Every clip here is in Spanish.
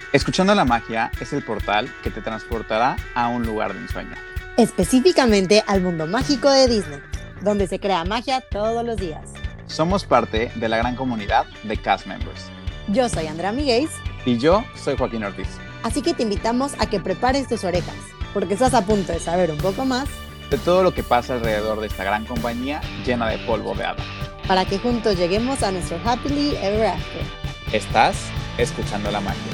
Escuchando la magia es el portal que te transportará a un lugar de ensueño. Específicamente al mundo mágico de Disney, donde se crea magia todos los días. Somos parte de la gran comunidad de cast members. Yo soy Andrea Miguel. Y yo soy Joaquín Ortiz. Así que te invitamos a que prepares tus orejas, porque estás a punto de saber un poco más de todo lo que pasa alrededor de esta gran compañía llena de polvo de hada. Para que juntos lleguemos a nuestro Happily Ever After. Estás escuchando la magia.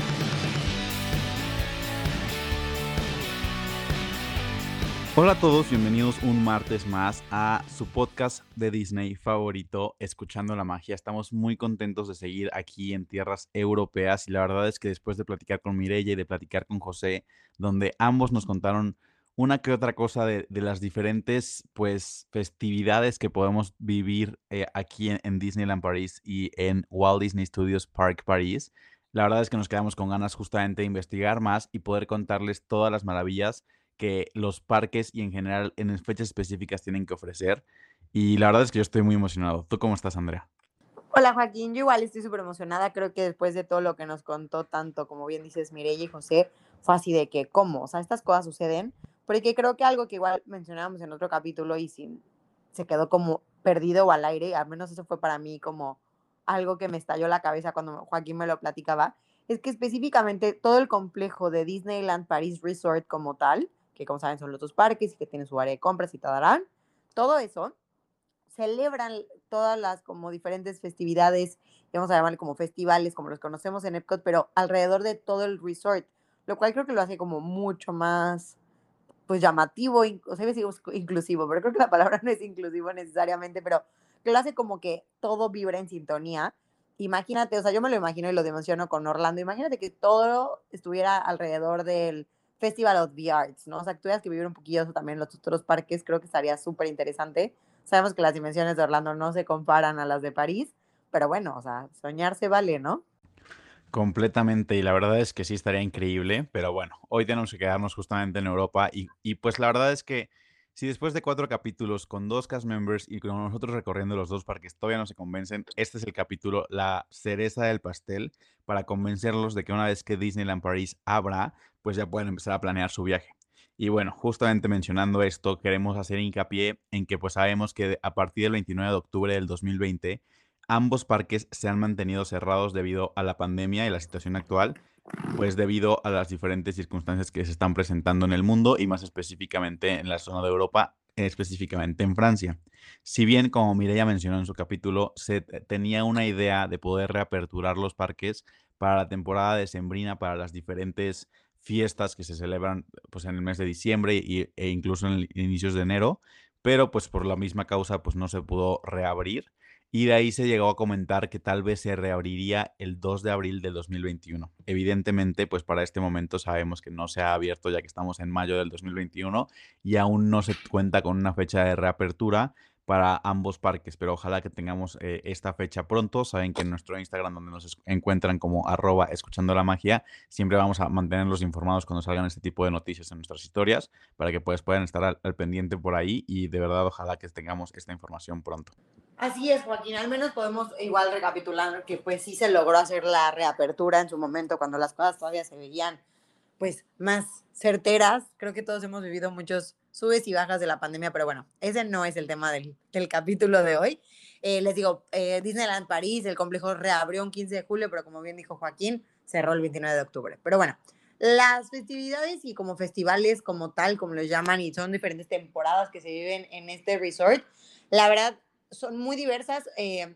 Hola a todos, bienvenidos un martes más a su podcast de Disney favorito, Escuchando la Magia. Estamos muy contentos de seguir aquí en tierras europeas y la verdad es que después de platicar con Mireia y de platicar con José, donde ambos nos contaron una que otra cosa de las diferentes festividades que podemos vivir aquí en Disneyland París y en Walt Disney Studios Park París. La verdad es que nos quedamos con ganas justamente de investigar más y poder contarles todas las maravillas que los parques y en general en fechas específicas tienen que ofrecer. Y la verdad es que yo estoy muy emocionado. ¿Tú cómo estás, Andrea? Hola, Joaquín. Yo igual estoy súper emocionada. Creo que después de todo lo que nos contó tanto, como bien dices, Mireia y José, fue así de que, ¿cómo? O sea, estas cosas suceden. Porque creo que algo que igual mencionábamos en otro capítulo y se quedó como perdido o al aire, al menos eso fue para mí como algo que me estalló la cabeza cuando Joaquín me lo platicaba, es que específicamente todo el complejo de Disneyland Paris Resort como tal, que como saben son los dos parques y que tienen su área de compras y tal, todo eso celebran todas las como diferentes festividades, vamos a llamarle como festivales, como los conocemos en Epcot, pero alrededor de todo el resort, lo cual creo que lo hace como mucho más, pues llamativo, o sea, digo inclusivo, pero creo que la palabra no es inclusivo necesariamente, pero que lo hace como que todo vibra en sintonía. Imagínate, o sea, yo me lo imagino y lo dimensiono con Orlando, imagínate que todo estuviera alrededor del Festival of the Arts, ¿no? O sea, que tuvieras que vivir un poquillo eso también en los otros parques, creo que estaría súper interesante. Sabemos que las dimensiones de Orlando no se comparan a las de París, pero bueno, o sea, soñar se vale, ¿no? Completamente, y la verdad es que sí estaría increíble, pero bueno, hoy tenemos que quedarnos justamente en Europa y pues la verdad es que si después de 4 capítulos con 2 cast members y con nosotros recorriendo los 2 parques todavía no se convencen, este es el capítulo, la cereza del pastel para convencerlos de que una vez que Disneyland Paris abra, pues ya pueden empezar a planear su viaje. Y bueno, justamente mencionando esto, queremos hacer hincapié en que pues sabemos que a partir del 29 de octubre del 2020 ambos parques se han mantenido cerrados debido a la pandemia y la situación actual, pues debido a las diferentes circunstancias que se están presentando en el mundo y más específicamente en la zona de Europa, específicamente en Francia. Si bien, como Mireia mencionó en su capítulo, se tenía una idea de poder reaperturar los parques para la temporada decembrina, para las diferentes fiestas que se celebran pues, en el mes de diciembre e incluso en inicios de enero, pero pues por la misma causa pues no se pudo reabrir. Y de ahí se llegó a comentar que tal vez se reabriría el 2 de abril del 2021. Evidentemente, pues para este momento sabemos que no se ha abierto ya que estamos en mayo del 2021 y aún no se cuenta con una fecha de reapertura para ambos parques, pero ojalá que tengamos esta fecha pronto. Saben que en nuestro Instagram, donde nos encuentran como @escuchando la magia, siempre vamos a mantenerlos informados cuando salgan este tipo de noticias en nuestras historias para que pues puedan estar al pendiente por ahí y de verdad ojalá que tengamos esta información pronto. Así es, Joaquín. Al menos podemos igual recapitular que pues sí se logró hacer la reapertura en su momento cuando las cosas todavía se veían pues más certeras. Creo que todos hemos vivido muchos subes y bajas de la pandemia, pero bueno, ese no es el tema del capítulo de hoy. Les digo, Disneyland París, el complejo reabrió un 15 de julio, pero como bien dijo Joaquín, cerró el 29 de octubre. Pero bueno, las festividades y como festivales como tal, como los llaman, y son diferentes temporadas que se viven en este resort, la verdad son muy diversas.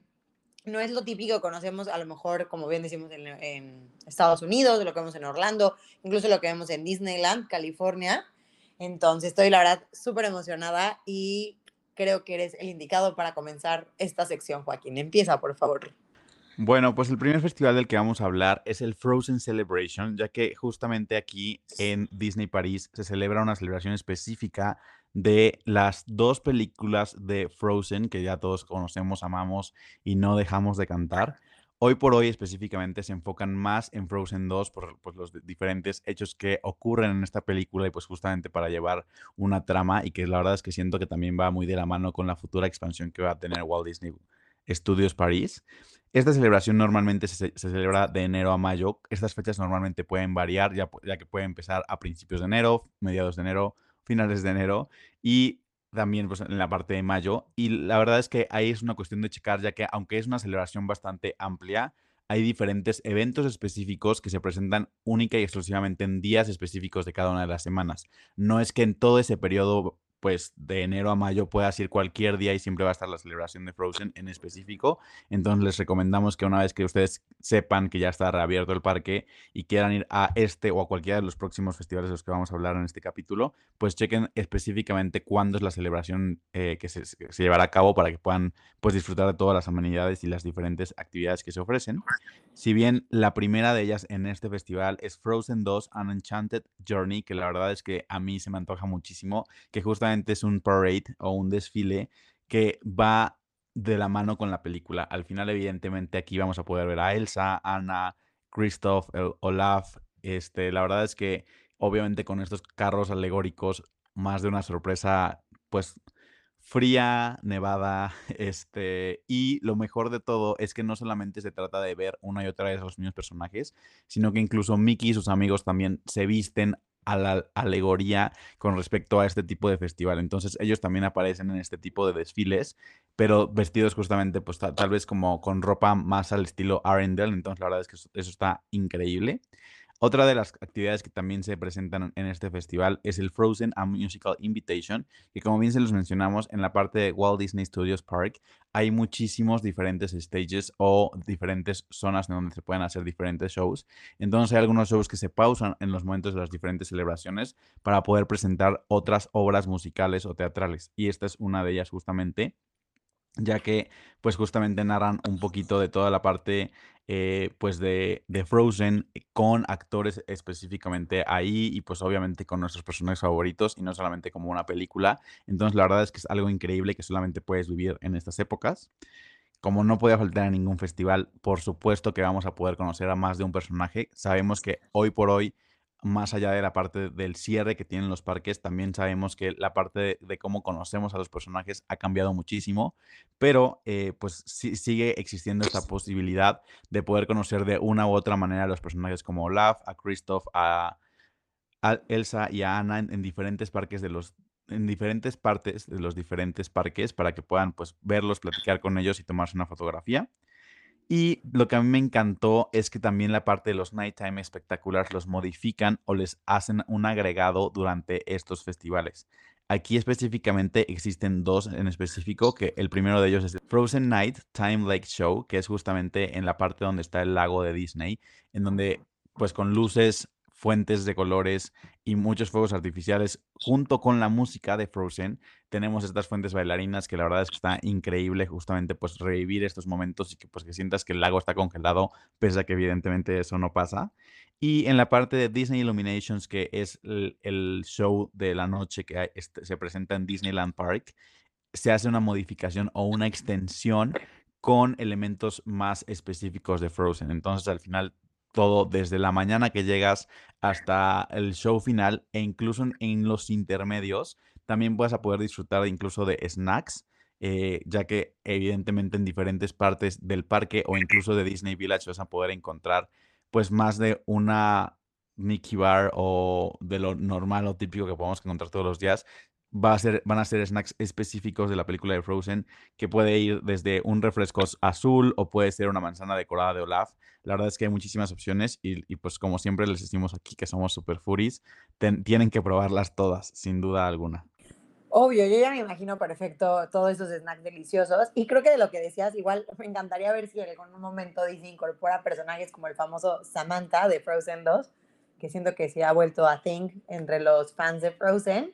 No es lo típico que conocemos, a lo mejor, como bien decimos, en Estados Unidos, lo que vemos en Orlando, incluso lo que vemos en Disneyland, California. Entonces, estoy, la verdad, súper emocionada y creo que eres el indicado para comenzar esta sección, Joaquín. Empieza, por favor. Bueno, pues el primer festival del que vamos a hablar es el Frozen Celebration, ya que justamente aquí en Disney París se celebra una celebración específica de las 2 películas de Frozen que ya todos conocemos, amamos y no dejamos de cantar. Hoy por hoy específicamente se enfocan más en Frozen 2 por pues, los diferentes hechos que ocurren en esta película y pues justamente para llevar una trama y que la verdad es que siento que también va muy de la mano con la futura expansión que va a tener Walt Disney Studios París. Esta celebración normalmente se celebra de enero a mayo. Estas fechas normalmente pueden variar, ya que puede empezar a principios de enero, mediados de enero, finales de enero y también, pues, en la parte de mayo. Y la verdad es que ahí es una cuestión de checar, ya que aunque es una celebración bastante amplia, hay diferentes eventos específicos que se presentan única y exclusivamente en días específicos de cada una de las semanas. No es que en todo ese periodo, pues, de enero a mayo puedas ir cualquier día y siempre va a estar la celebración de Frozen en específico. Entonces les recomendamos que una vez que ustedes sepan que ya está reabierto el parque y quieran ir a este o a cualquiera de los próximos festivales de los que vamos a hablar en este capítulo, pues chequen específicamente cuándo es la celebración que se llevará a cabo para que puedan, pues, disfrutar de todas las amenidades y las diferentes actividades que se ofrecen. Si bien la primera de ellas en este festival es Frozen 2 An Enchanted Journey, que la verdad es que a mí se me antoja muchísimo, que justamente es un parade o un desfile que va de la mano con la película. Al final, evidentemente, aquí vamos a poder ver a Elsa, Anna, Kristoff, Olaf. La verdad es que, obviamente, con estos carros alegóricos, más de una sorpresa, pues, fría, nevada, y lo mejor de todo es que no solamente se trata de ver una y otra vez a los mismos personajes, sino que incluso Mickey y sus amigos también se visten a la alegoría con respecto a este tipo de festival. Entonces, ellos también aparecen en este tipo de desfiles, pero vestidos justamente, pues, tal vez como con ropa más al estilo Arendelle. Entonces, la verdad es que eso está increíble. Otra de las actividades que también se presentan en este festival es el Frozen A Musical Invitation, que como bien se los mencionamos, en la parte de Walt Disney Studios Park hay muchísimos diferentes stages o diferentes zonas en donde se pueden hacer diferentes shows. Entonces hay algunos shows que se pausan en los momentos de las diferentes celebraciones para poder presentar otras obras musicales o teatrales. Y esta es una de ellas justamente, ya que, pues, justamente narran un poquito de toda la parte, pues, de Frozen, con actores específicamente ahí y, pues, obviamente con nuestros personajes favoritos, y no solamente como una película. Entonces, la verdad es que es algo increíble que solamente puedes vivir en estas épocas. Como no podía faltar en ningún festival, por supuesto que vamos a poder conocer a más de un personaje. Sabemos que hoy por hoy, más allá de la parte del cierre que tienen los parques, también sabemos que la parte de cómo conocemos a los personajes ha cambiado muchísimo, pero pues sigue existiendo esta posibilidad de poder conocer de una u otra manera a los personajes como Olaf, a Kristoff, a Elsa y a Anna en diferentes parques en diferentes partes de los diferentes parques para que puedan, pues, verlos, platicar con ellos y tomarse una fotografía. Y lo que a mí me encantó es que también la parte de los Nighttime Spectaculars los modifican o les hacen un agregado durante estos festivales. Aquí específicamente existen 2 en específico, que el primero de ellos es el Frozen Night Time Lake Show, que es justamente en la parte donde está el lago de Disney, en donde, pues, con luces, fuentes de colores y muchos fuegos artificiales, junto con la música de Frozen, tenemos estas fuentes bailarinas que la verdad es que está increíble justamente, pues, revivir estos momentos y que, pues, que sientas que el lago está congelado, pese a que evidentemente eso no pasa. Y en la parte de Disney Illuminations, que es el show de la noche que se presenta en Disneyland Park, se hace una modificación o una extensión con elementos más específicos de Frozen. Entonces, al final, todo desde la mañana que llegas hasta el show final e incluso en los intermedios, también vas a poder disfrutar incluso de snacks, ya que evidentemente en diferentes partes del parque o incluso de Disney Village vas a poder encontrar, pues, más de una Mickey Bar o de lo normal o típico que podemos encontrar todos los días. Van a ser snacks específicos de la película de Frozen, que puede ir desde un refresco azul o puede ser una manzana decorada de Olaf. La verdad es que hay muchísimas opciones y, pues, como siempre les decimos aquí que somos super foodies, tienen que probarlas todas, sin duda alguna. Obvio, yo ya me imagino perfecto todos esos snacks deliciosos. Y creo que de lo que decías, igual me encantaría ver si en algún momento Disney incorpora personajes como el famoso Samantha de Frozen 2, que siento que se ha vuelto a thing entre los fans de Frozen.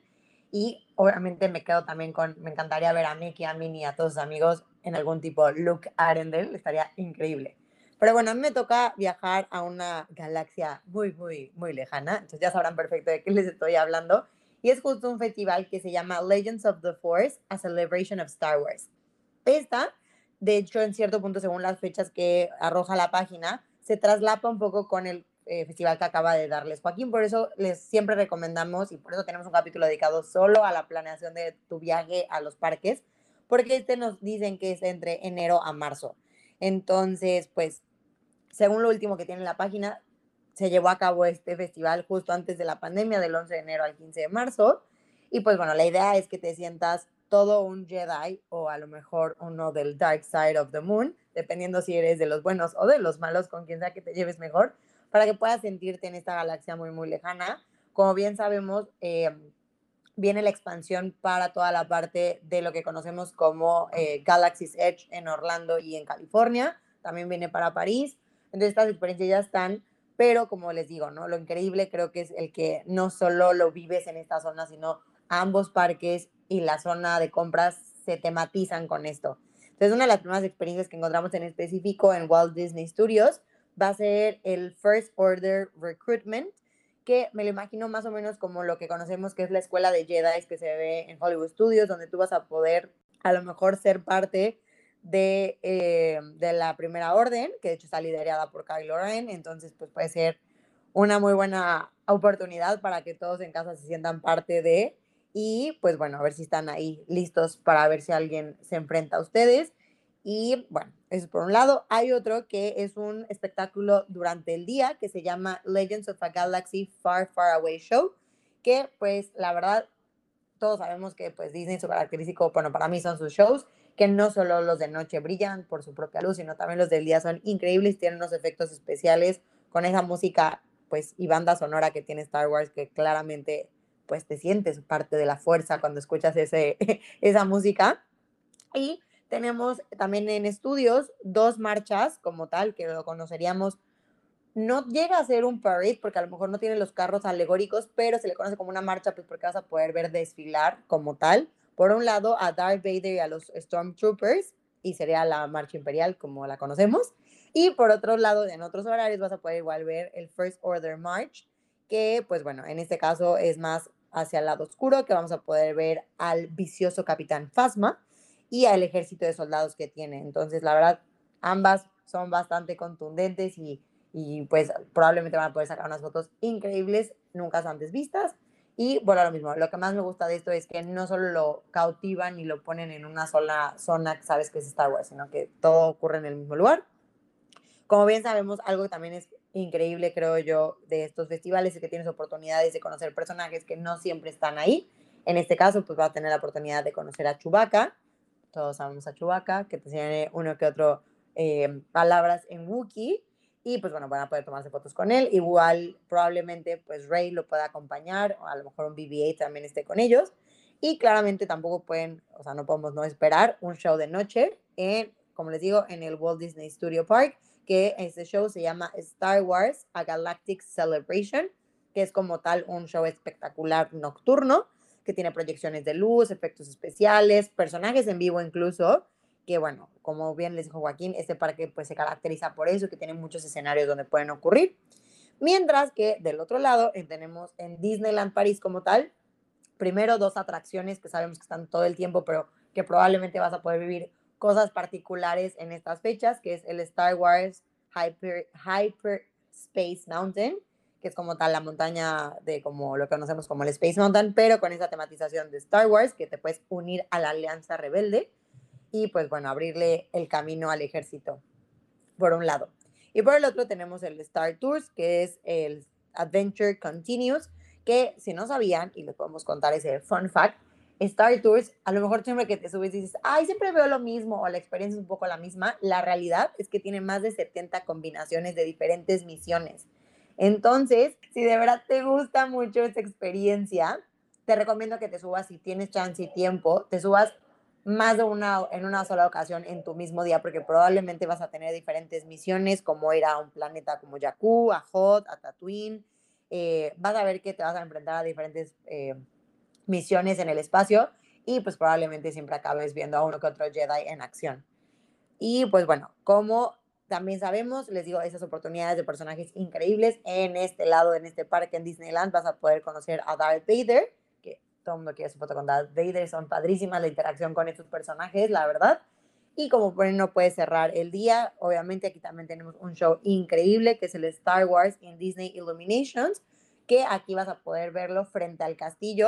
Y obviamente me quedo también con, me encantaría ver a Mickey, a Minnie, a todos sus amigos en algún tipo Luke Arendelle, estaría increíble. Pero bueno, a mí me toca viajar a una galaxia muy, muy, muy lejana, entonces ya sabrán perfecto de qué les estoy hablando. Y es justo un festival que se llama Legends of the Force, a Celebration of Star Wars. Esta, de hecho, en cierto punto, según las fechas que arroja la página, se traslapa un poco con el festival que acaba de darles Joaquín. Por eso les siempre recomendamos y por eso tenemos un capítulo dedicado solo a la planeación de tu viaje a los parques, porque este nos dicen que es entre enero a marzo. Entonces, pues, según lo último que tiene en la página, se llevó a cabo este festival justo antes de la pandemia, del 11 de enero al 15 de marzo. Y pues bueno, la idea es que te sientas todo un Jedi o a lo mejor uno del Dark Side of the Moon, dependiendo si eres de los buenos o de los malos, con quien sea que te lleves mejor, para que puedas sentirte en esta galaxia muy, muy lejana. Como bien sabemos, viene la expansión para toda la parte de lo que conocemos como Galaxy's Edge en Orlando y en California. También viene para París. Entonces estas experiencias ya están, pero como les digo, ¿no? Lo increíble creo que es el que no solo lo vives en esta zona, sino ambos parques y la zona de compras se tematizan con esto. Entonces una de las primeras experiencias que encontramos en específico en Walt Disney Studios va a ser el First Order Recruitment, que me lo imagino más o menos como lo que conocemos que es la escuela de Jedi que se ve en Hollywood Studios, donde tú vas a poder a lo mejor ser parte de la Primera Orden, que de hecho está liderada por Kylo Ren, entonces pues puede ser una muy buena oportunidad para que todos en casa se sientan parte de, y pues bueno, a ver si están ahí listos para ver si alguien se enfrenta a ustedes. Y bueno, eso por un lado. Hay otro que es un espectáculo durante el día que se llama Legends of a Galaxy Far, Far Away Show, que pues la verdad todos sabemos que pues Disney su característico, bueno, para mí son sus shows, que no solo los de noche brillan por su propia luz, sino también los del día son increíbles, tienen unos efectos especiales con esa música pues y banda sonora que tiene Star Wars, que claramente pues te sientes parte de la fuerza cuando escuchas esa música. Y tenemos también en estudios dos marchas como tal, que lo conoceríamos. No llega a ser un parade porque a lo mejor no tiene los carros alegóricos, pero se le conoce como una marcha pues porque vas a poder ver desfilar como tal. Por un lado a Darth Vader y a los Stormtroopers, y sería la marcha imperial como la conocemos. Y por otro lado, en otros horarios vas a poder igual ver el First Order March, que pues bueno, en este caso es más hacia el lado oscuro, que vamos a poder ver al vicioso Capitán Phasma y al ejército de soldados que tiene. Entonces, la verdad, ambas son bastante contundentes y pues probablemente van a poder sacar unas fotos increíbles, nunca antes vistas. Y bueno, lo mismo, lo que más me gusta de esto es que no solo lo cautivan y lo ponen en una sola zona que sabes que es Star Wars, sino que todo ocurre en el mismo lugar. Como bien sabemos, algo que también es increíble, creo yo, de estos festivales es que tienes oportunidades de conocer personajes que no siempre están ahí. En este caso, pues vas a tener la oportunidad de conocer a Chewbacca. Todos sabemos a Chewbacca, que te tiene uno que otro palabras en Wookiee. Y pues bueno, van a poder tomarse fotos con él. Igual, probablemente, pues Rey lo pueda acompañar, o a lo mejor un BB-8 también esté con ellos. Y claramente tampoco pueden, o sea, no podemos no esperar un show de noche en, como les digo, en el Walt Disney Studio Park, que este show se llama Star Wars A Galactic Celebration, que es como tal un show espectacular nocturno, que tiene proyecciones de luz, efectos especiales, personajes en vivo incluso, que bueno, como bien les dijo Joaquín, este parque pues se caracteriza por eso, que tiene muchos escenarios donde pueden ocurrir. Mientras que del otro lado tenemos en Disneyland París como tal, primero dos atracciones que sabemos que están todo el tiempo, pero que probablemente vas a poder vivir cosas particulares en estas fechas, que es el Star Wars Hyper Space Mountain, que es como tal la montaña de como lo que conocemos como el Space Mountain, pero con esa tematización de Star Wars, que te puedes unir a la Alianza Rebelde y pues bueno, abrirle el camino al ejército, por un lado. Y por el otro tenemos el Star Tours, que es el Adventure Continues, que si no sabían, y les podemos contar ese fun fact, Star Tours, a lo mejor siempre que te subes dices, ay, siempre veo lo mismo, o la experiencia es un poco la misma. La realidad es que tiene más de 70 combinaciones de diferentes misiones. Entonces, si de verdad te gusta mucho esta experiencia, te recomiendo que te subas, si tienes chance y tiempo, te subas más de una en una sola ocasión en tu mismo día, porque probablemente vas a tener diferentes misiones, como ir a un planeta como Jakku, a Hot, a Tatooine. Vas a ver que te vas a enfrentar a diferentes misiones en el espacio y pues probablemente siempre acabes viendo a uno que otro Jedi en acción. Y pues bueno, como también sabemos, les digo, esas oportunidades de personajes increíbles en este lado, en este parque en Disneyland, vas a poder conocer a Darth Vader, que todo el mundo quiere su foto con Darth Vader, son padrísimas la interacción con estos personajes, la verdad. Y como no puede cerrar el día, obviamente aquí también tenemos un show increíble que es el Star Wars in Disney Illuminations, que aquí vas a poder verlo frente al castillo,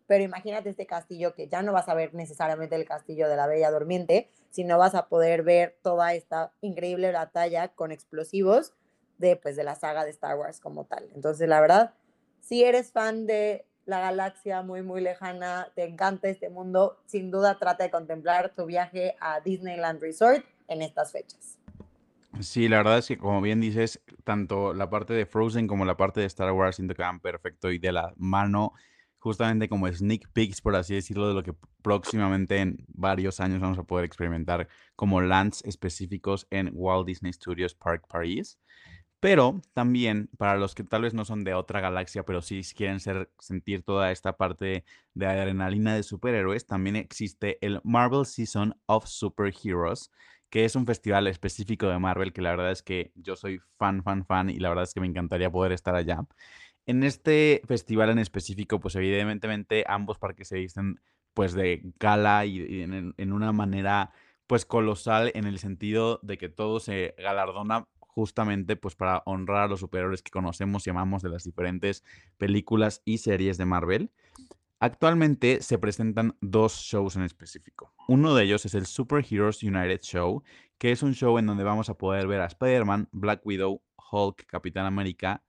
pero imagínate este castillo que ya no vas a ver necesariamente el castillo de la Bella Durmiente, sino vas a poder ver toda esta increíble batalla con explosivos de, pues, de la saga de Star Wars como tal. Entonces, la verdad, si eres fan de la galaxia muy, muy lejana, te encanta este mundo, sin duda trata de contemplar tu viaje a Disneyland Resort en estas fechas. Sí, la verdad es que como bien dices, tanto la parte de Frozen como la parte de Star Wars siento que van perfecto y de la mano, justamente como sneak peeks, por así decirlo, de lo que próximamente en varios años vamos a poder experimentar como lands específicos en Walt Disney Studios Park Paris. Pero también para los que tal vez no son de otra galaxia, pero sí quieren sentir toda esta parte de adrenalina de superhéroes, también existe el Marvel Season of Superheroes, que es un festival específico de Marvel que la verdad es que yo soy fan, y la verdad es que me encantaría poder estar allá. En este festival en específico, pues evidentemente ambos parques se visten pues de gala y en una manera pues colosal en el sentido de que todo se galardona justamente pues para honrar a los superhéroes que conocemos y amamos de las diferentes películas y series de Marvel. Actualmente se presentan dos shows en específico. Uno de ellos es el Super Heroes United Show, que es un show en donde vamos a poder ver a Spider-Man, Black Widow, Hulk, Capitán América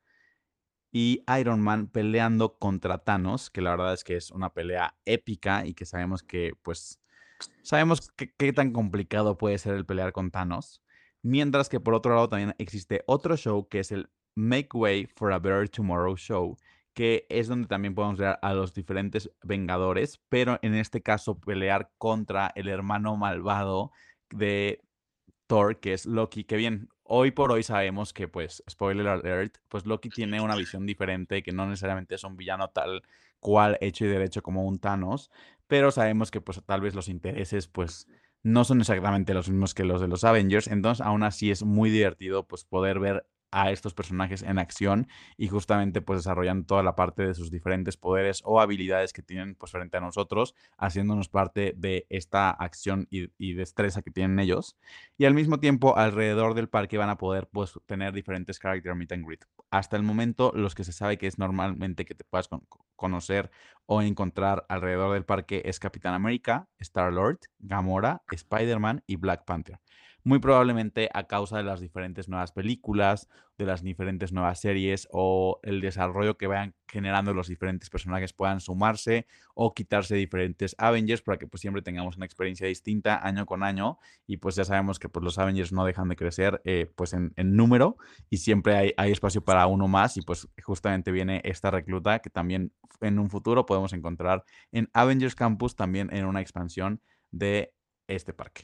y Iron Man peleando contra Thanos, que la verdad es que es una pelea épica y que sabemos que, pues, sabemos qué tan complicado puede ser el pelear con Thanos. Mientras que por otro lado también existe otro show que es el Make Way for a Better Tomorrow Show, que es donde también podemos ver a los diferentes Vengadores, pero en este caso pelear contra el hermano malvado de Thor, que es Loki, que bien, hoy por hoy sabemos que, pues, spoiler alert, pues Loki tiene una visión diferente, que no necesariamente es un villano tal cual hecho y derecho como un Thanos, pero sabemos que, pues, tal vez los intereses, pues, no son exactamente los mismos que los de los Avengers, entonces aún así es muy divertido, pues, poder ver a estos personajes en acción y justamente pues desarrollando toda la parte de sus diferentes poderes o habilidades que tienen pues frente a nosotros, haciéndonos parte de esta acción y destreza que tienen ellos. Y al mismo tiempo, alrededor del parque van a poder, pues, tener diferentes character meet and greet. Hasta el momento, los que se sabe que es normalmente que te puedas conocer o encontrar alrededor del parque es Capitán América, Star-Lord, Gamora, Spider-Man y Black Panther. Muy probablemente a causa de las diferentes nuevas películas, de las diferentes nuevas series o el desarrollo que vayan generando los diferentes personajes puedan sumarse o quitarse diferentes Avengers para que pues siempre tengamos una experiencia distinta año con año y pues ya sabemos que pues los Avengers no dejan de crecer pues en número y siempre hay espacio para uno más y pues justamente viene esta recluta que también en un futuro podemos encontrar en Avengers Campus también en una expansión de este parque.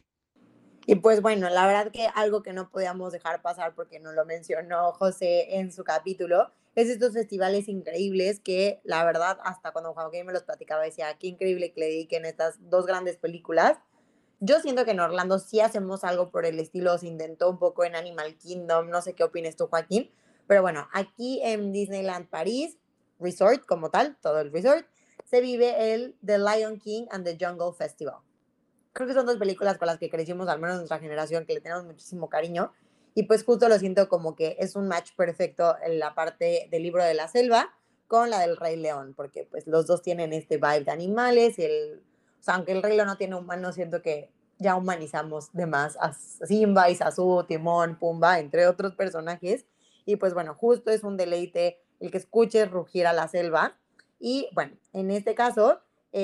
Y pues bueno, la verdad que algo que no podíamos dejar pasar porque no lo mencionó José en su capítulo, es estos festivales increíbles que la verdad hasta cuando Joaquín me los platicaba decía, qué increíble que le dediquen estas dos grandes películas. Yo siento que en Orlando sí hacemos algo por el estilo, se intentó un poco en Animal Kingdom, no sé qué opinas tú, Joaquín, pero bueno, aquí en Disneyland París, Resort como tal, todo el resort, se vive el The Lion King and the Jungle Festival. Creo que son dos películas con las que crecimos, al menos nuestra generación, que le tenemos muchísimo cariño. Y pues justo lo siento como que es un match perfecto en la parte del libro de la selva con la del Rey León, porque pues los dos tienen este vibe de animales y o sea, aunque el Rey León no tiene humanos, siento que ya humanizamos de más a Simba y Sasu, Timón, Pumba, entre otros personajes. Y pues bueno, justo es un deleite el que escuches rugir a la selva. Y bueno, en este caso,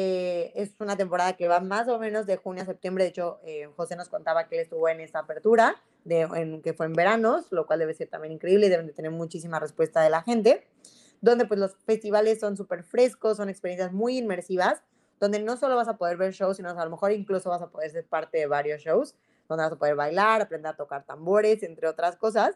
es una temporada que va más o menos de junio a septiembre. De hecho, José nos contaba que él estuvo en esta apertura, que fue en veranos, lo cual debe ser también increíble y deben de tener muchísima respuesta de la gente, donde pues los festivales son súper frescos, son experiencias muy inmersivas, donde no solo vas a poder ver shows, sino a lo mejor incluso vas a poder ser parte de varios shows, donde vas a poder bailar, aprender a tocar tambores, entre otras cosas.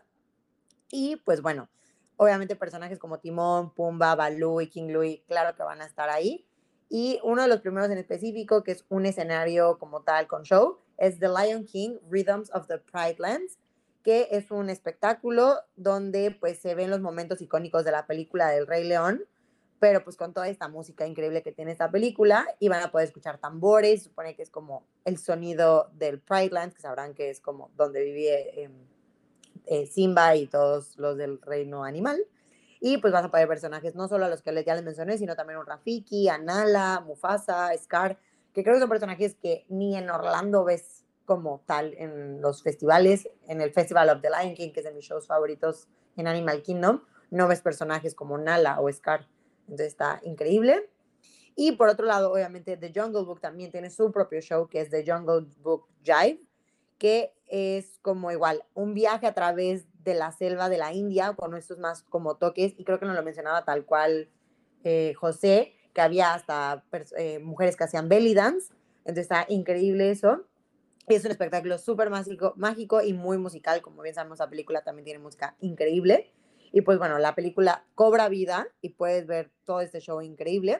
Y pues bueno, obviamente personajes como Timón, Pumba, Baloo y King Louie, claro que van a estar ahí. Y uno de los primeros en específico, que es un escenario como tal con show, es The Lion King Rhythms of the Pride Lands, que es un espectáculo donde pues se ven los momentos icónicos de la película del Rey León, pero pues con toda esta música increíble que tiene esta película y van a poder escuchar tambores, supone que es como el sonido del Pride Lands, que sabrán que es como donde vive Simba y todos los del reino animal. Y pues vas a poder ver personajes no solo a los que ya les mencioné, sino también un Rafiki, a Nala, Mufasa, Scar, que creo que son personajes que ni en Orlando ves como tal en los festivales. En el Festival of the Lion King, que es de mis shows favoritos en Animal Kingdom, no ves personajes como Nala o Scar. Entonces está increíble. Y por otro lado, obviamente, The Jungle Book también tiene su propio show, que es The Jungle Book Jive, que es como igual un viaje a través de la selva de la India, con estos más como toques, y creo que nos lo mencionaba tal cual José, que había hasta mujeres que hacían belly dance, entonces está increíble eso. Es un espectáculo súper mágico, mágico y muy musical, como bien sabemos, la película también tiene música increíble. Y pues bueno, la película cobra vida y puedes ver todo este show increíble.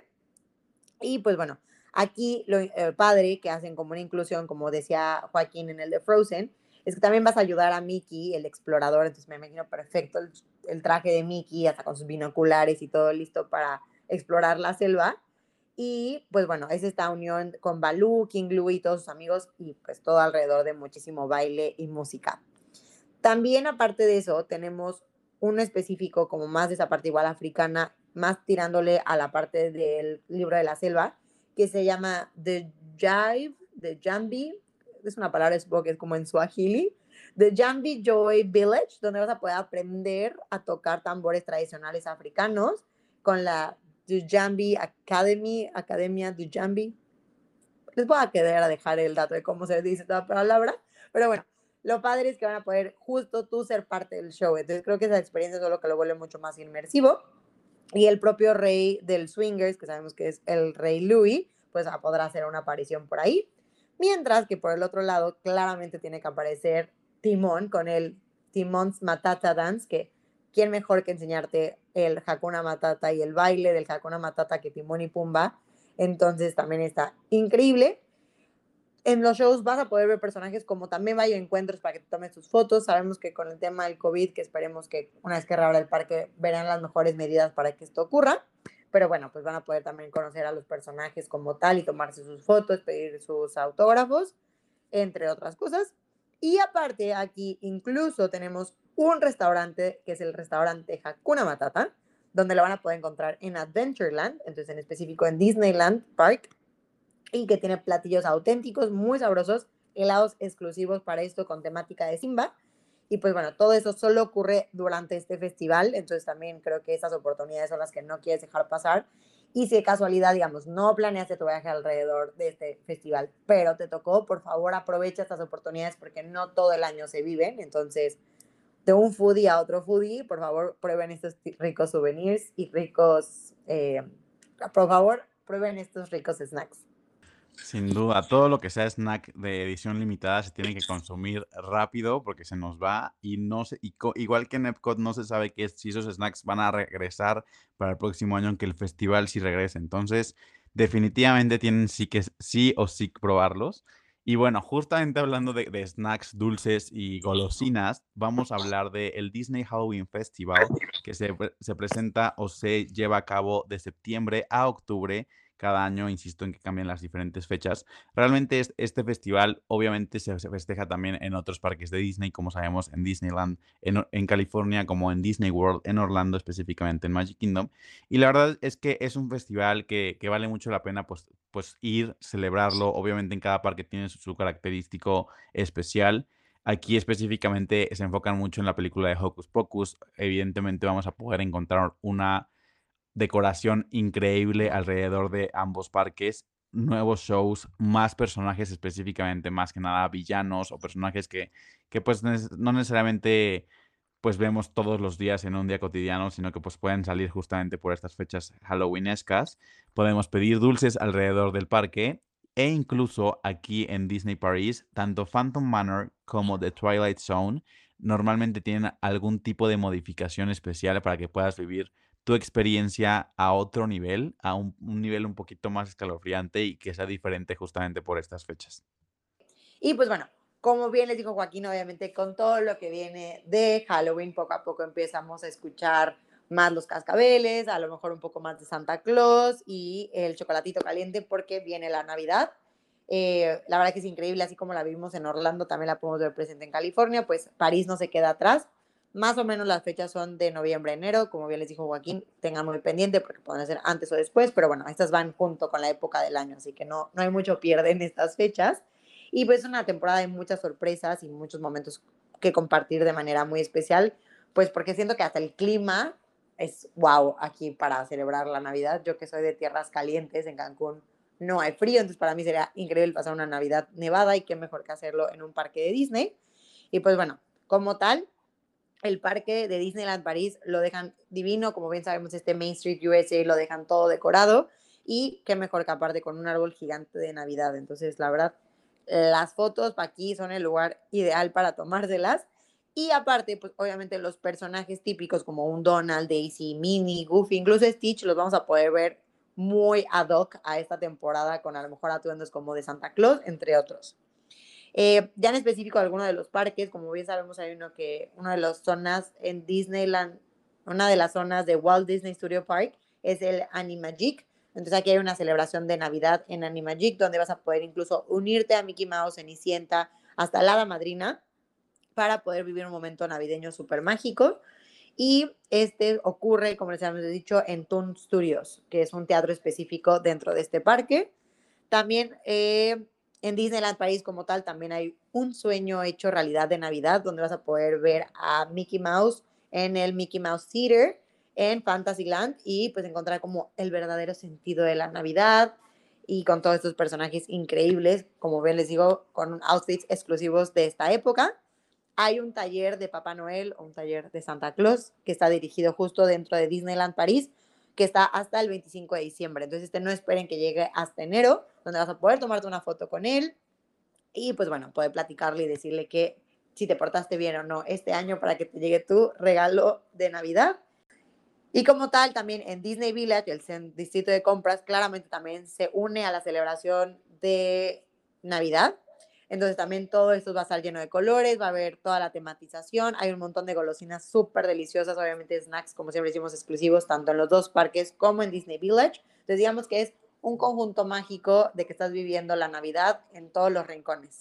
Y pues bueno, aquí lo padre que hacen como una inclusión, como decía Joaquín en el de Frozen, es que también vas a ayudar a Mickey, el explorador, entonces me imagino perfecto el traje de Mickey, hasta con sus binoculares y todo listo para explorar la selva. Y pues bueno, es esta unión con Baloo, King Louie y todos sus amigos y pues todo alrededor de muchísimo baile y música. También aparte de eso, tenemos un específico como más de esa parte igual africana, más tirándole a la parte del libro de la selva, que se llama The Jive, The Jambi, es una palabra supongo que es como en Swahili, The Jambi Joy Village, donde vas a poder aprender a tocar tambores tradicionales africanos con la Dujambi Academy, Academia Dujambi. Les voy a quedar a dejar el dato de cómo se dice esta palabra, pero bueno, lo padre es que van a poder justo tú ser parte del show. Entonces creo que esa experiencia es lo que lo vuelve mucho más inmersivo. Y el propio rey del swingers, que sabemos que es el rey Louis, pues podrá hacer una aparición por ahí. Mientras que por el otro lado, claramente tiene que aparecer Timón con el Timon's Matata Dance, que quién mejor que enseñarte el Hakuna Matata y el baile del Hakuna Matata que Timón y Pumba. Entonces también está increíble. En los shows vas a poder ver personajes como también vaya encuentros para que te tomes tus fotos. Sabemos que con el tema del COVID, que esperemos que una vez que reabra el parque verán las mejores medidas para que esto ocurra. Pero bueno, pues van a poder también conocer a los personajes como tal y tomarse sus fotos, pedir sus autógrafos, entre otras cosas. Y aparte, aquí incluso tenemos un restaurante que es el restaurante Hakuna Matata, donde lo van a poder encontrar en Adventureland, entonces en específico en Disneyland Park, y que tiene platillos auténticos, muy sabrosos, helados exclusivos para esto con temática de Simba. Y pues bueno, todo eso solo ocurre durante este festival, entonces también creo que esas oportunidades son las que no quieres dejar pasar. Y si de casualidad, digamos, no planeaste tu viaje alrededor de este festival, pero te tocó, por favor aprovecha estas oportunidades porque no todo el año se viven. Entonces, de un foodie a otro foodie, por favor prueben estos ricos souvenirs y ricos, por favor, prueben estos ricos snacks. Sin duda, todo lo que sea snack de edición limitada se tiene que consumir rápido porque se nos va y no se, igual que en Epcot no se sabe si esos snacks van a regresar para el próximo año, aunque el festival sí regrese. Entonces, definitivamente tienen sí o sí probarlos. Y bueno, justamente hablando de snacks dulces y golosinas, vamos a hablar del Disney Halloween Festival que se presenta o se lleva a cabo de septiembre a octubre cada año, insisto en que cambian las diferentes fechas. Realmente este festival obviamente se festeja también en otros parques de Disney, como sabemos en Disneyland, en California, como en Disney World, en Orlando específicamente, en Magic Kingdom. Y la verdad es que es un festival que vale mucho la pena pues ir, celebrarlo. Obviamente en cada parque tiene su característico especial. Aquí específicamente se enfocan mucho en la película de Hocus Pocus. Evidentemente vamos a poder encontrar una decoración increíble alrededor de ambos parques, nuevos shows, más personajes específicamente, más que nada villanos o personajes que pues no necesariamente pues vemos todos los días en un día cotidiano, sino que pues pueden salir justamente por estas fechas halloweenescas. Podemos pedir dulces alrededor del parque e incluso aquí en Disney Paris, tanto Phantom Manor como The Twilight Zone normalmente tienen algún tipo de modificación especial para que puedas vivir tu experiencia a otro nivel, a un nivel un poquito más escalofriante y que sea diferente justamente por estas fechas. Y pues bueno, como bien les dijo Joaquín, obviamente con todo lo que viene de Halloween, poco a poco empezamos a escuchar más los cascabeles, a lo mejor un poco más de Santa Claus y el chocolatito caliente porque viene la Navidad. La verdad que es increíble, así como la vimos en Orlando, también la podemos ver presente en California, pues París no se queda atrás. Más o menos las fechas son de noviembre a enero, como bien les dijo Joaquín, tengan muy pendiente porque pueden ser antes o después, pero bueno, estas van junto con la época del año, así que no hay mucho pierde en estas fechas. Y pues es una temporada de muchas sorpresas y muchos momentos que compartir de manera muy especial, pues porque siento que hasta el clima es wow aquí para celebrar la Navidad. Yo que soy de tierras calientes, en Cancún no hay frío, entonces para mí sería increíble pasar una Navidad nevada y qué mejor que hacerlo en un parque de Disney. Y pues bueno, como tal, el parque de Disneyland París lo dejan divino, como bien sabemos, este Main Street USA lo dejan todo decorado y qué mejor que aparte con un árbol gigante de Navidad. Entonces, la verdad, las fotos aquí son el lugar ideal para tomárselas. Y aparte, pues obviamente los personajes típicos como un Donald, Daisy, Minnie, Goofy, incluso Stitch, los vamos a poder ver muy ad hoc a esta temporada con a lo mejor atuendos como de Santa Claus, entre otros. Ya en específico, alguno de los parques, como bien sabemos, hay una de las zonas en Disneyland, una de las zonas de Walt Disney Studio Park es el Animagic. Entonces aquí hay una celebración de Navidad en Animagic donde vas a poder incluso unirte a Mickey Mouse, Cenicienta, hasta la Hada Madrina para poder vivir un momento navideño súper mágico. Y este ocurre, como les hemos dicho, en Toon Studios, que es un teatro específico dentro de este parque. También en Disneyland París como tal, también hay un sueño hecho realidad de Navidad, donde vas a poder ver a Mickey Mouse en el Mickey Mouse Theater en Fantasyland y pues encontrar como el verdadero sentido de la Navidad y con todos estos personajes increíbles, como bien les digo, con outfits exclusivos de esta época. Hay un taller de Papá Noel o un taller de Santa Claus que está dirigido justo dentro de Disneyland París, que está hasta el 25 de diciembre. Entonces, no esperen que llegue hasta enero, donde vas a poder tomarte una foto con él y pues bueno, poder platicarle y decirle que si te portaste bien o no este año para que te llegue tu regalo de Navidad. Y como tal, también en Disney Village, el distrito de compras, claramente también se une a la celebración de Navidad. Entonces también todo esto va a estar lleno de colores, va a haber toda la tematización, hay un montón de golosinas súper deliciosas, obviamente snacks, como siempre decimos, exclusivos, tanto en los dos parques como en Disney Village. Entonces digamos que es un conjunto mágico de que estás viviendo la Navidad en todos los rincones.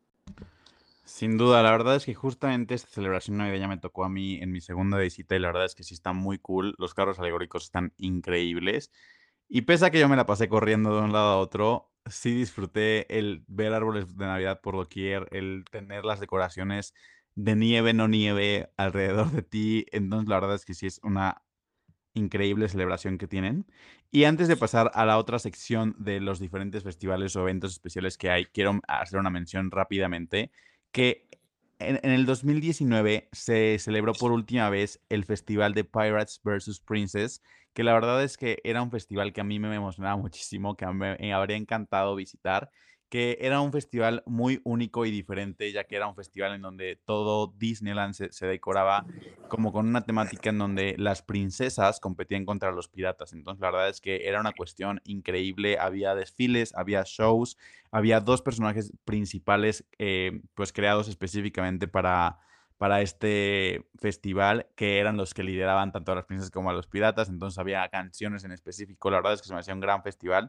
Sin duda, la verdad es que justamente esta celebración navideña me tocó a mí en mi segunda visita y la verdad es que sí está muy cool. Los carros alegóricos están increíbles. Y pese a que yo me la pasé corriendo de un lado a otro, sí disfruté el ver árboles de Navidad por doquier, el tener las decoraciones de nieve, no nieve alrededor de ti. Entonces, la verdad es que sí es una increíble celebración que tienen. Y antes de pasar a la otra sección de los diferentes festivales o eventos especiales que hay, quiero hacer una mención rápidamente que en el 2019 se celebró por última vez el festival de Pirates versus Princess, que la verdad es que era un festival que a mí me emocionaba muchísimo, que me habría encantado visitar, que era un festival muy único y diferente, ya que era un festival en donde todo Disneyland se decoraba como con una temática en donde las princesas competían contra los piratas. Entonces, la verdad es que era una cuestión increíble. Había desfiles, había shows, había 2 personajes principales, pues, creados específicamente para este festival, que eran los que lideraban tanto a las princesas como a los piratas. Entonces, había canciones en específico. La verdad es que se me hacía un gran festival.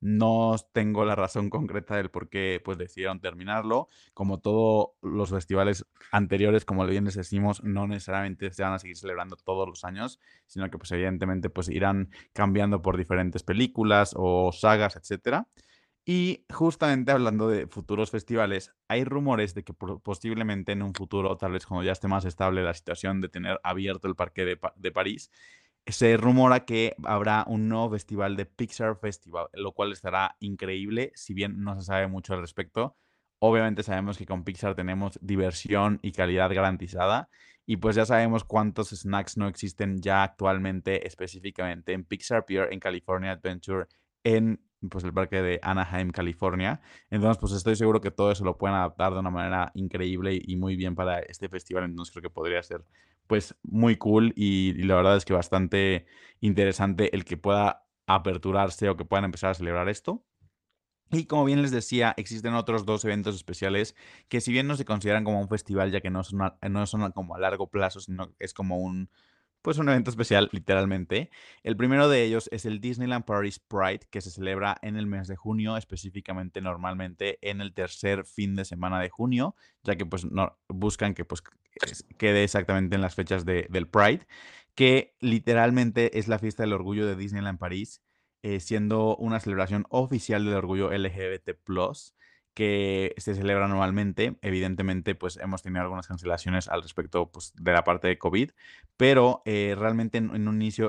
No tengo la razón concreta del por qué, pues, decidieron terminarlo. Como todos los festivales anteriores, como bien les decimos, no necesariamente se van a seguir celebrando todos los años, sino que, pues, evidentemente, pues, irán cambiando por diferentes películas o sagas, etcétera. Y justamente hablando de futuros festivales, hay rumores de que posiblemente en un futuro, tal vez cuando ya esté más estable la situación de tener abierto el parque de París, se rumora que habrá un nuevo festival de Pixar Festival, lo cual estará increíble, si bien no se sabe mucho al respecto. Obviamente sabemos que con Pixar tenemos diversión y calidad garantizada, y pues ya sabemos cuántos snacks no existen ya actualmente, específicamente en Pixar Pier, en California Adventure, en pues el parque de Anaheim, California. Entonces, pues estoy seguro que todo eso lo pueden adaptar de una manera increíble y muy bien para este festival. Entonces creo que podría ser pues muy cool y la verdad es que bastante interesante el que pueda aperturarse o que puedan empezar a celebrar esto. Y como bien les decía, existen otros 2 eventos especiales que si bien no se consideran como un festival, ya que no son como a largo plazo, sino es como un pues un evento especial, literalmente. El primero de ellos es el Disneyland Paris Pride, que se celebra en el mes de junio, específicamente normalmente en el tercer fin de semana de junio, ya que pues no, buscan que pues quede exactamente en las fechas del Pride, que literalmente es la fiesta del orgullo de Disneyland París, siendo una celebración oficial del orgullo LGBT+, que se celebra anualmente. Evidentemente, pues hemos tenido algunas cancelaciones al respecto pues, de la parte de COVID, pero, realmente en un inicio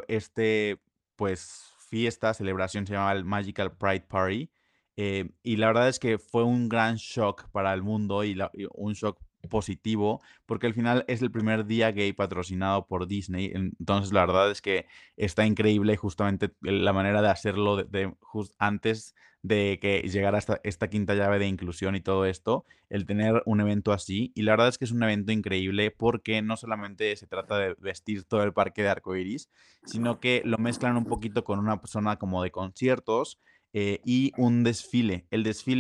pues, fiesta, celebración se llamaba el Magical Pride Party, y la verdad es que fue un gran shock para el mundo y un shock positivo, porque al final es el primer día gay patrocinado por Disney. Entonces, la verdad es que está increíble justamente la manera de hacerlo antes de que llegara esta quinta llave de inclusión y todo esto, el tener un evento así. Y la verdad es que es un evento increíble porque no solamente se trata de vestir todo el parque de arcoiris, sino que lo mezclan un poquito con una zona como de conciertos y un desfile.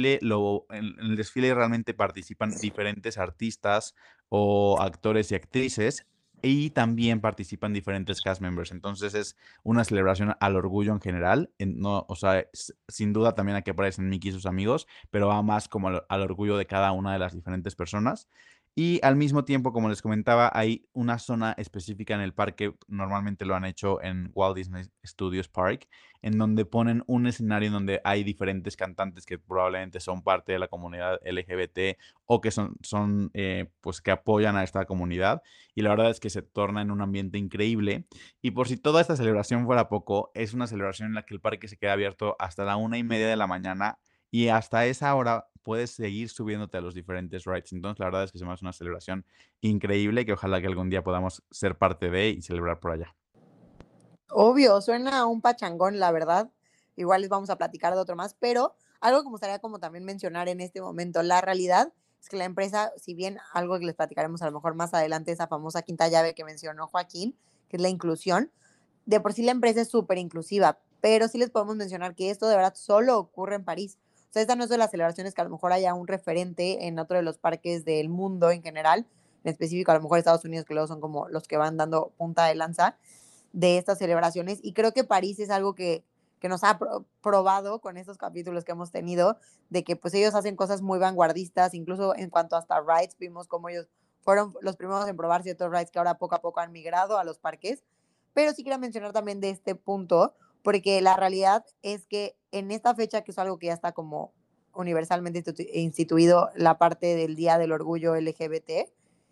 En el desfile realmente participan diferentes artistas o actores y actrices. Y también participan diferentes cast members. Entonces es una celebración al orgullo en general. No, o sea, sin duda también aquí aparecen Mickey y sus amigos, pero va más como al orgullo de cada una de las diferentes personas. Y al mismo tiempo, como les comentaba, hay una zona específica en el parque, normalmente lo han hecho en Walt Disney Studios Park, en donde ponen un escenario en donde hay diferentes cantantes que probablemente son parte de la comunidad LGBT o que pues que apoyan a esta comunidad. Y la verdad es que se torna en un ambiente increíble. Y por si toda esta celebración fuera poco, es una celebración en la que el parque se queda abierto hasta la 1:30 de la mañana y hasta esa hora puedes seguir subiéndote a los diferentes rides. Entonces, la verdad es que se me hace una celebración increíble que ojalá que algún día podamos ser parte de y celebrar por allá. Obvio, suena a un pachangón, la verdad. Igual les vamos a platicar de otro más, pero algo que me gustaría como también mencionar en este momento, la realidad es que la empresa, si bien algo que les platicaremos a lo mejor más adelante, esa famosa quinta llave que mencionó Joaquín, que es la inclusión, de por sí la empresa es súper inclusiva, pero sí les podemos mencionar que esto de verdad solo ocurre en París. O sea, esta no es de las celebraciones que a lo mejor haya un referente en otro de los parques del mundo en general, en específico a lo mejor Estados Unidos, que luego son como los que van dando punta de lanza de estas celebraciones. Y creo que París es algo que nos ha probado con estos capítulos que hemos tenido, de que pues ellos hacen cosas muy vanguardistas, incluso en cuanto hasta rides, vimos cómo ellos fueron los primeros en probar ciertos rides que ahora poco a poco han migrado a los parques. Pero sí quería mencionar también de este punto, porque la realidad es que en esta fecha, que es algo que ya está como universalmente instituido, la parte del Día del Orgullo LGBT,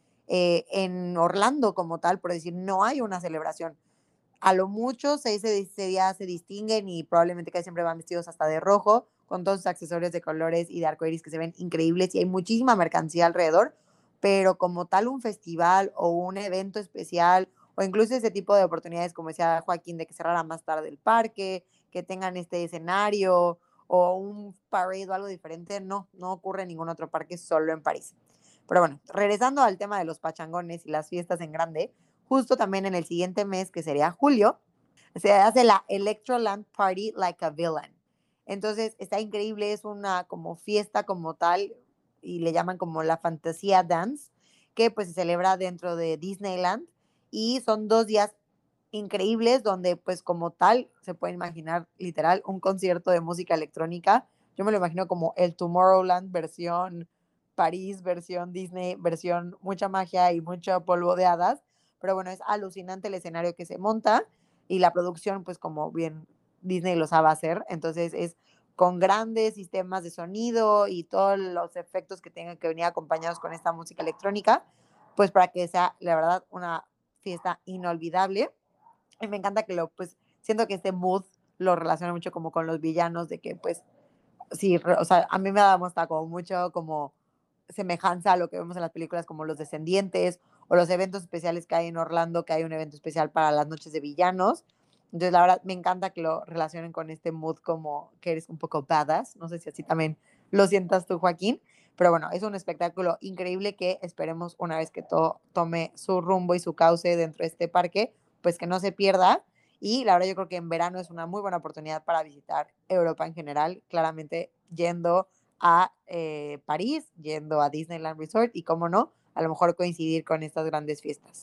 en Orlando como tal, por decir, no hay una celebración. A lo mucho, ese día se distinguen y probablemente casi siempre van vestidos hasta de rojo, con todos sus accesorios de colores y de arcoíris que se ven increíbles y hay muchísima mercancía alrededor, pero como tal un festival o un evento especial o incluso ese tipo de oportunidades, como decía Joaquín, de que cerrara más tarde el parque, que tengan este escenario o un parade o algo diferente, no, no ocurre en ningún otro parque, solo en París. Pero bueno, regresando al tema de los pachangones y las fiestas en grande, justo también en el siguiente mes, que sería julio, se hace la Electroland Party Like a Villain. Entonces está increíble, es una como fiesta como tal y le llaman como la Fantasía Dance, que pues se celebra dentro de Disneyland y son 2 días increíbles donde pues como tal se puede imaginar literal un concierto de música electrónica. Yo me lo imagino como el Tomorrowland versión París, versión Disney, versión mucha magia y mucho polvo de hadas. Pero bueno, es alucinante el escenario que se monta y la producción, pues como bien Disney lo sabe hacer. Entonces es con grandes sistemas de sonido y todos los efectos que tengan que venir acompañados con esta música electrónica, pues para que sea, la verdad, una fiesta inolvidable. Y me encanta que pues, siento que este mood lo relaciona mucho como con los villanos, de que, pues, sí, o sea, a mí me da hasta como mucho como semejanza a lo que vemos en las películas como Los Descendientes o los eventos especiales que hay en Orlando, que hay un evento especial para las noches de villanos. Entonces, la verdad, me encanta que lo relacionen con este mood como que eres un poco badass. No sé si así también lo sientas tú, Joaquín. Pero bueno, es un espectáculo increíble que esperemos una vez que todo tome su rumbo y su cauce dentro de este parque, pues que no se pierda. Y la verdad yo creo que en verano es una muy buena oportunidad para visitar Europa en general, claramente yendo a París, yendo a Disneyland Resort y, cómo no, a lo mejor coincidir con estas grandes fiestas.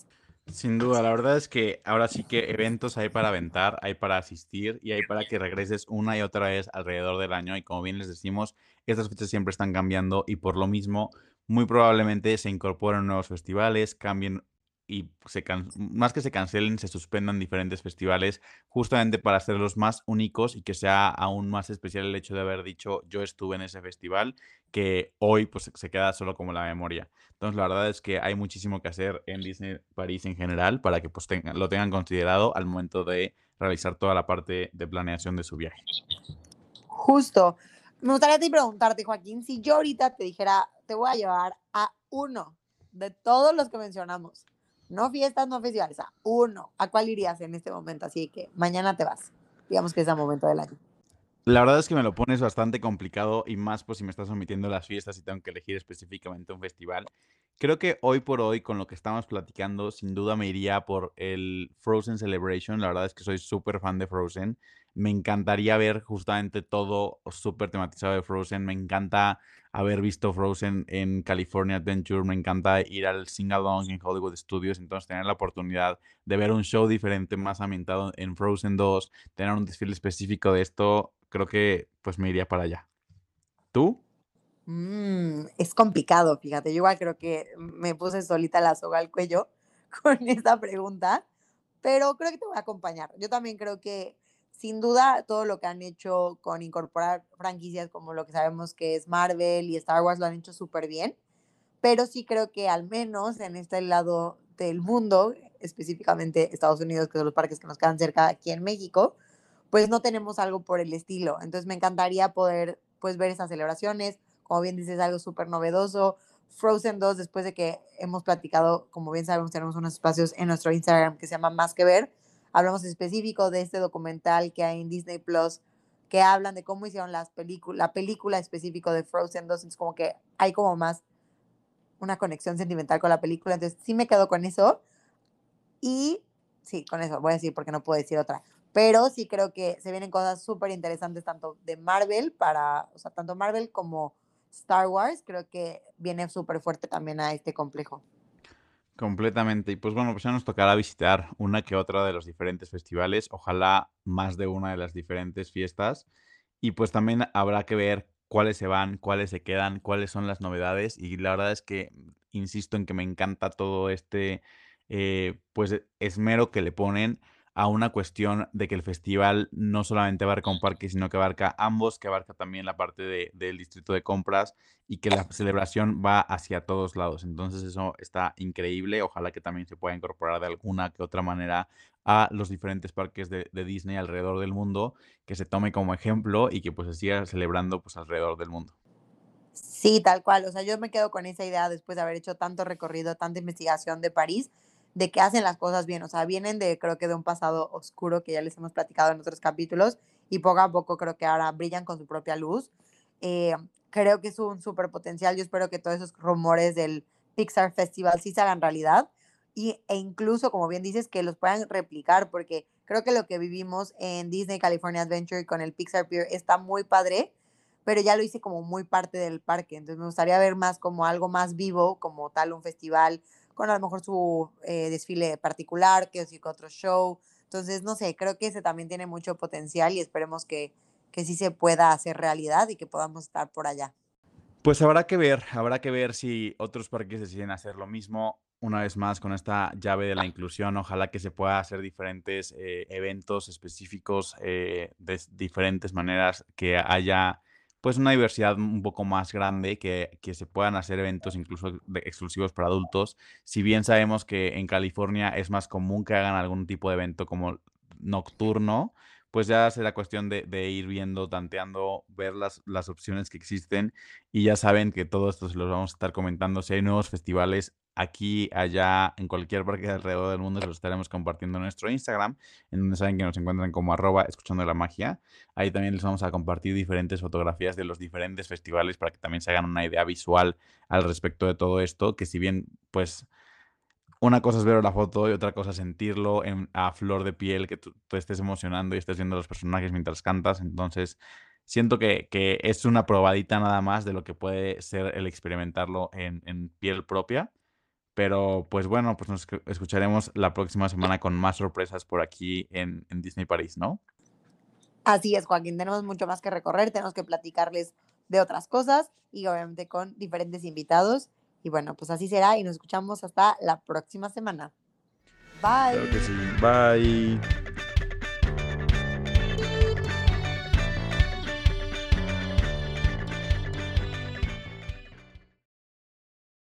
Sin duda, la verdad es que ahora sí que eventos hay para aventar, hay para asistir y hay para que regreses una y otra vez alrededor del año. Y como bien les decimos, estas fechas siempre están cambiando y por lo mismo, muy probablemente se incorporen nuevos festivales, cambien y más que se cancelen, se suspendan diferentes festivales justamente para hacerlos más únicos y que sea aún más especial el hecho de haber dicho yo estuve en ese festival, que hoy pues se queda solo como la memoria. Entonces, la verdad es que hay muchísimo que hacer en Disney París en general para que pues lo tengan considerado al momento de realizar toda la parte de planeación de su viaje. Justo. Me gustaría a ti preguntarte, Joaquín, si yo ahorita te dijera, te voy a llevar a uno de todos los que mencionamos, no fiestas, no festivales, a uno, ¿a cuál irías en este momento? Así que mañana te vas. Digamos que es el momento del año. La verdad es que me lo pones bastante complicado y más pues si me estás omitiendo las fiestas y tengo que elegir específicamente un festival. Creo que hoy por hoy, con lo que estamos platicando, sin duda me iría por el Frozen Celebration. La verdad es que soy súper fan de Frozen. Me encantaría ver justamente todo súper tematizado de Frozen. Me encanta haber visto Frozen en California Adventure. Me encanta ir al Sing Along en Hollywood Studios. Entonces, tener la oportunidad de ver un show diferente, más ambientado en Frozen 2, tener un desfile específico de esto, creo que, pues, me iría para allá. ¿Tú? Es complicado, fíjate. Yo igual creo que me puse solita la soga al cuello con esta pregunta, pero creo que te voy a acompañar. Yo también creo que, sin duda, todo lo que han hecho con incorporar franquicias como lo que sabemos que es Marvel y Star Wars lo han hecho súper bien, pero sí creo que al menos en este lado del mundo, específicamente Estados Unidos, que son los parques que nos quedan cerca aquí en México, pues no tenemos algo por el estilo. Entonces me encantaría poder pues ver esas celebraciones, como bien dices, algo súper novedoso. Frozen 2, después de que hemos platicado, como bien sabemos, tenemos unos espacios en nuestro Instagram que se llama Más que Ver. Hablamos específico de este documental que hay en Disney Plus que hablan de cómo hicieron la película específico de Frozen 2. Entonces, como que hay como más una conexión sentimental con la película. Entonces, sí me quedo con eso. Y sí, con eso voy a decir porque no puedo decir otra. Pero sí creo que se vienen cosas súper interesantes tanto de Marvel o sea, tanto Marvel como Star Wars. Creo que viene súper fuerte también a este complejo. Completamente. Y, pues, bueno, pues ya nos tocará visitar una que otra de los diferentes festivales, ojalá más de una de las diferentes fiestas. Y, pues, también habrá que ver cuáles se van, cuáles se quedan, cuáles son las novedades. Y la verdad es que insisto en que me encanta todo este, pues, esmero que le ponen a una cuestión de que el festival no solamente abarca un parque, sino que abarca ambos, que abarca también la parte del distrito de compras y que la celebración va hacia todos lados. Entonces eso está increíble. Ojalá que también se pueda incorporar de alguna que otra manera a los diferentes parques de Disney alrededor del mundo, que se tome como ejemplo y que pues se siga celebrando pues alrededor del mundo. Sí, tal cual. O sea, yo me quedo con esa idea después de haber hecho tanto recorrido, tanta investigación de París, de que hacen las cosas bien. O sea, vienen de, creo que de un pasado oscuro que ya les hemos platicado en otros capítulos y poco a poco creo que ahora brillan con su propia luz. Eh, Creo que es un súper potencial. Yo espero que todos esos rumores del Pixar Festival sí se hagan realidad e incluso, como bien dices, que los puedan replicar, porque creo que lo que vivimos en Disney California Adventure con el Pixar Pier está muy padre, pero ya lo hice como muy parte del parque. Entonces me gustaría ver más como algo más vivo, como tal un festival, con a lo mejor su desfile particular, que sí, que otro show. Entonces, no sé, creo que ese también tiene mucho potencial y esperemos que sí se pueda hacer realidad y que podamos estar por allá. Pues habrá que ver si otros parques deciden hacer lo mismo. Una vez más, con esta llave de la inclusión, ojalá que se pueda hacer diferentes eventos específicos de diferentes maneras, que haya pues una diversidad un poco más grande, que se puedan hacer eventos incluso exclusivos para adultos. Si bien sabemos que en California es más común que hagan algún tipo de evento como nocturno, pues ya será cuestión de ir viendo, tanteando, ver las opciones que existen y ya saben que todo esto se los vamos a estar comentando. Si hay nuevos festivales aquí, allá, en cualquier parque de alrededor del mundo, se los estaremos compartiendo en nuestro Instagram, en donde saben que nos encuentran como escuchando la magia. Ahí también les vamos a compartir diferentes fotografías de los diferentes festivales para que también se hagan una idea visual al respecto de todo esto, que si bien, pues, una cosa es ver la foto y otra cosa es sentirlo a flor de piel, que tú te estés emocionando y estés viendo a los personajes mientras cantas. Entonces, siento que es una probadita nada más de lo que puede ser el experimentarlo en piel propia, Pero pues bueno, pues nos escucharemos la próxima semana con más sorpresas por aquí en Disney París, ¿no? Así es, Joaquín, tenemos mucho más que recorrer, tenemos que platicarles de otras cosas y obviamente con diferentes invitados. Y bueno, pues así será y nos escuchamos hasta la próxima semana. Claro que sí. Bye. Bye.